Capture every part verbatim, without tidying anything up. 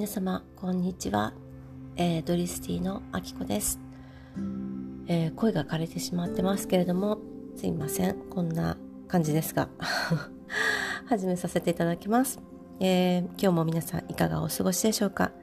皆様こんにちは、えー、ドリスティのあきこです、えー、声が枯れてしまってますけれどもすいません、こんな感じですが始めさせていただきます、えー、今日も皆さんいかがお過ごしでしょうか。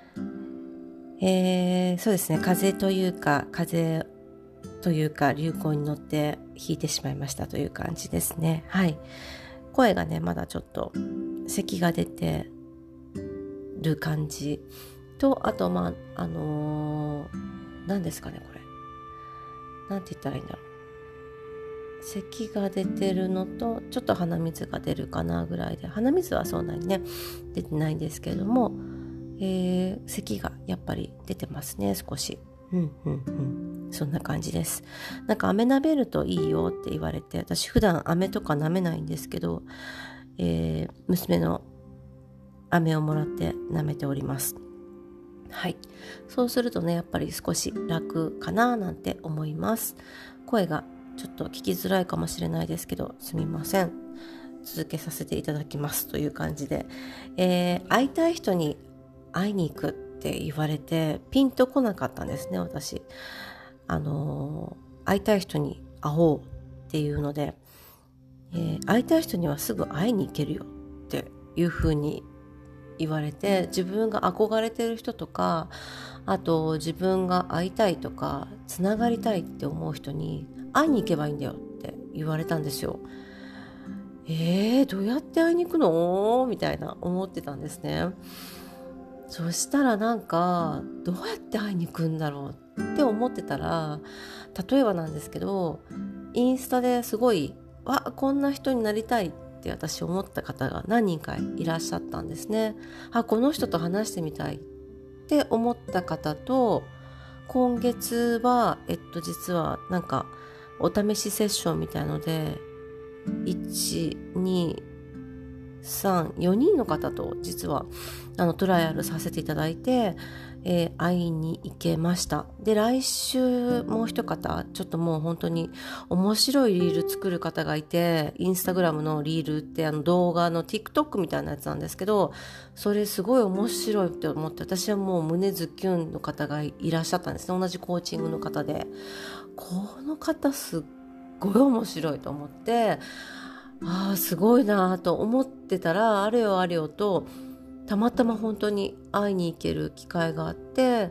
えー、そうですね、風邪というか風邪というか流行に乗って引いてしまいましたという感じですね。はい、声がねまだちょっと咳が出てる感じと、あとまああのー、何ですかね、これなんて言ったらいいんだろう、咳が出てるのとちょっと鼻水が出るかなぐらいで、鼻水はそんなにね出てないんですけれども、えー、咳がやっぱり出てますね、少し。うんうんうん、そんな感じです。なんか飴舐めるといいよって言われて、私普段飴とか舐めないんですけど、えー、娘の飴をもらって舐めております。はい、そうするとねやっぱり少し楽かななんて思います。声がちょっと聞きづらいかもしれないですけどすみません、続けさせていただきますという感じで、えー、会いたい人に会いに行くって言われてピンとこなかったんですね。私あのー、会いたい人に会おうっていうので、えー、会いたい人にはすぐ会いに行けるよっていう風に言われて、自分が憧れてる人とか、あと自分が会いたいとかつながりたいって思う人に会いに行けばいいんだよって言われたんですよ。えー、どうやって会いに行くのみたいな思ってたんですね。そしたらなんかどうやって会いに行くんだろうって思ってたら、例えばなんですけどインスタですごいわこんな人になりたいって私思った方が何人かいらっしゃったんですね。あ、この人と話してみたいって思った方と、今月はえっと実はなんかお試しセッションみたいのでいち、に、さん、よにんの方と実はあのトライアルさせていただいて、えー、会いに行けました。で来週もう一方ちょっともう本当に面白いリール作る方がいて、インスタグラムのリールってあの動画の TikTok みたいなやつなんですけど、それすごい面白いって思って、私はもう胸ズキュンの方がいらっしゃったんですね。同じコーチングの方で、この方すっごい面白いと思って、ああすごいなと思ってたら、あれよあれよとたまたま本当に会いに行ける機会があって、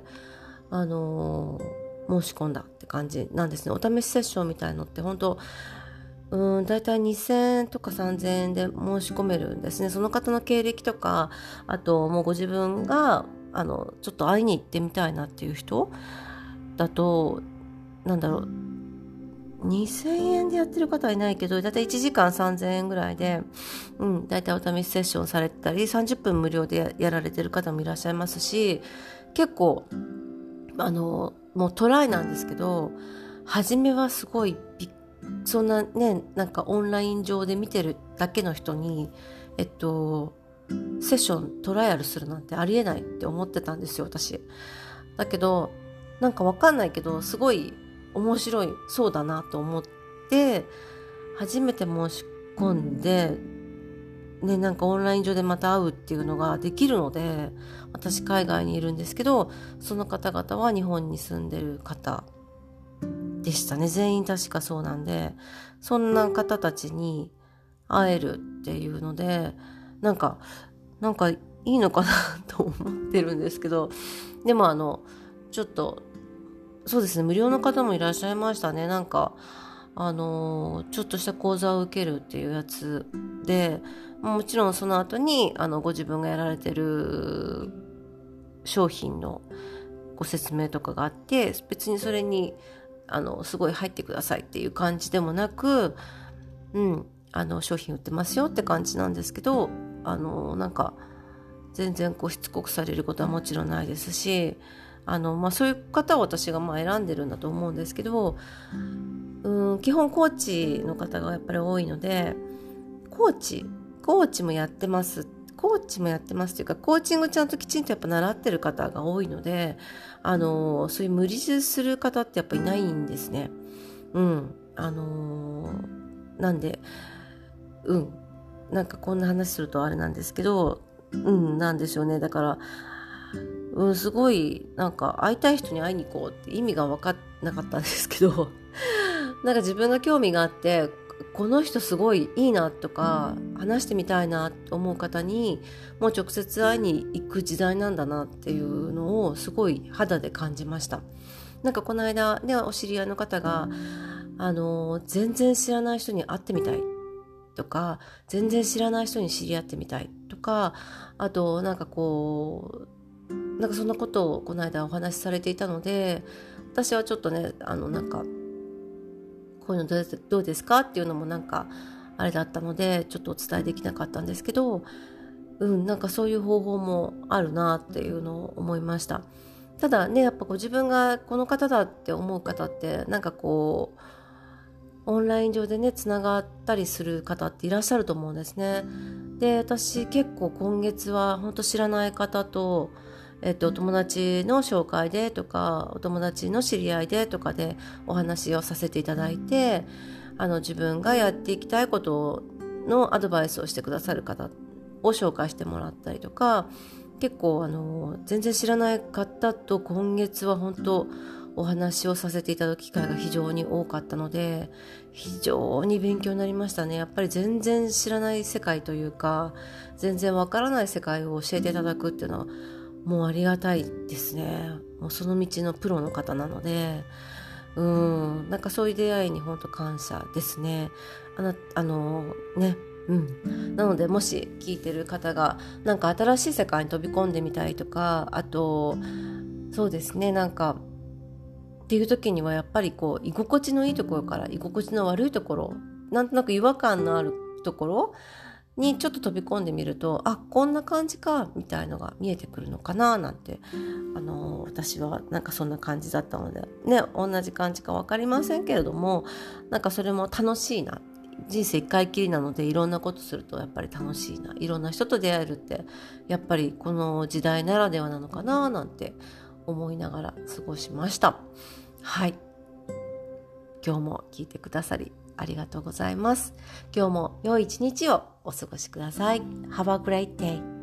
あのー、申し込んだって感じなんですね。お試しセッションみたいのって本当うんだいたいにせんえんとかさんぜんえんで申し込めるんですね。その方の経歴とか、あともうご自分があのちょっと会いに行ってみたいなっていう人だと、なんだろう、にせんえんでやってる方はいないけど、だいたいいちじかんさんぜんえんぐらいで、うん、だいたいお試しセッションされてたり、さんじゅっぷん無料でやられてる方もいらっしゃいますし、結構あのもうトライなんですけど、初めはすごいびそんなね、なんかオンライン上で見てるだけの人にえっとセッショントライアルするなんてありえないって思ってたんですよ、私。だけどなんかわかんないけどすごい面白いそうだなと思って初めて申し込んで、ね、なんかオンライン上でまた会うっていうのができるので、私海外にいるんですけど、その方々は日本に住んでる方でしたね。全員確かそうなんで、そんな方たちに会えるっていうので、なんかなんかいいのかなと思ってるんですけど、でもあのちょっとそうですね、無料の方もいらっしゃいましたね。なんかあのーちょっとした講座を受けるっていうやつで、もちろんその後にあのご自分がやられてる商品のご説明とかがあって、別にそれにあのすごい入ってくださいっていう感じでもなく、うん、あの商品売ってますよって感じなんですけど、あのなんか全然こうしつこくされることはもちろんないですし、あの、まあ、そういう方を私がまあ選んでるんだと思うんですけど、うん、基本コーチの方がやっぱり多いので、コーチコーチもやってますコーチもやってますというか、コーチングちゃんときちんとやっぱ習ってる方が多いので、あのそういう無理強いする方ってやっぱいないんですね。うんあのなんでうんなんかこんな話するとあれなんですけど、うんなんでしょうね。だからうん、すごいなんか会いたい人に会いに行こうって意味が分かんなかったんですけどなんか自分が興味があってこの人すごいいいなとか話してみたいなと思う方にもう直接会いに行く時代なんだなっていうのをすごい肌で感じました。なんかこの間ね、お知り合いの方があの全然知らない人に会ってみたいとか、全然知らない人に知り合ってみたいとか、あとなんかこうなんかそんなことをこの間お話しされていたので、私はちょっとねあのなんかこういうのどうです、どうですかっていうのもなんかあれだったのでちょっとお伝えできなかったんですけど、うん、なんかそういう方法もあるなっていうのを思いました。ただね、やっぱこう自分がこの方だって思う方ってなんかこうオンライン上でねつながったりする方っていらっしゃると思うんですね。で、私結構今月は本当知らない方と、えっと、お友達の紹介でとかお友達の知り合いでとかでお話をさせていただいて、あの自分がやっていきたいことのアドバイスをしてくださる方を紹介してもらったりとか、結構あの全然知らない方と今月は本当お話をさせていただく機会が非常に多かったので、非常に勉強になりましたね。やっぱり全然知らない世界というか全然わからない世界を教えていただくっていうのはもうありがたいですね。もうその道のプロの方なので、うーんなんかそういう出会いに本当感謝ですね。あのあのねうん、なのでもし聞いてる方がなんか新しい世界に飛び込んでみたいとか、あとそうですねなんかっていう時にはやっぱりこう居心地のいいところから居心地の悪いところ、なんとなく違和感のあるところにちょっと飛び込んでみると、あ、こんな感じかみたいのが見えてくるのかななんて、あの私はなんかそんな感じだったのでね、同じ感じか分かりませんけれども、なんかそれも楽しいな、人生一回きりなのでいろんなことするとやっぱり楽しいな、いろんな人と出会えるってやっぱりこの時代ならではなのかななんて思いながら過ごしました。はい、今日も聞いてくださりありがとうございます。今日も良い一日をお過ごしください。Have a great day.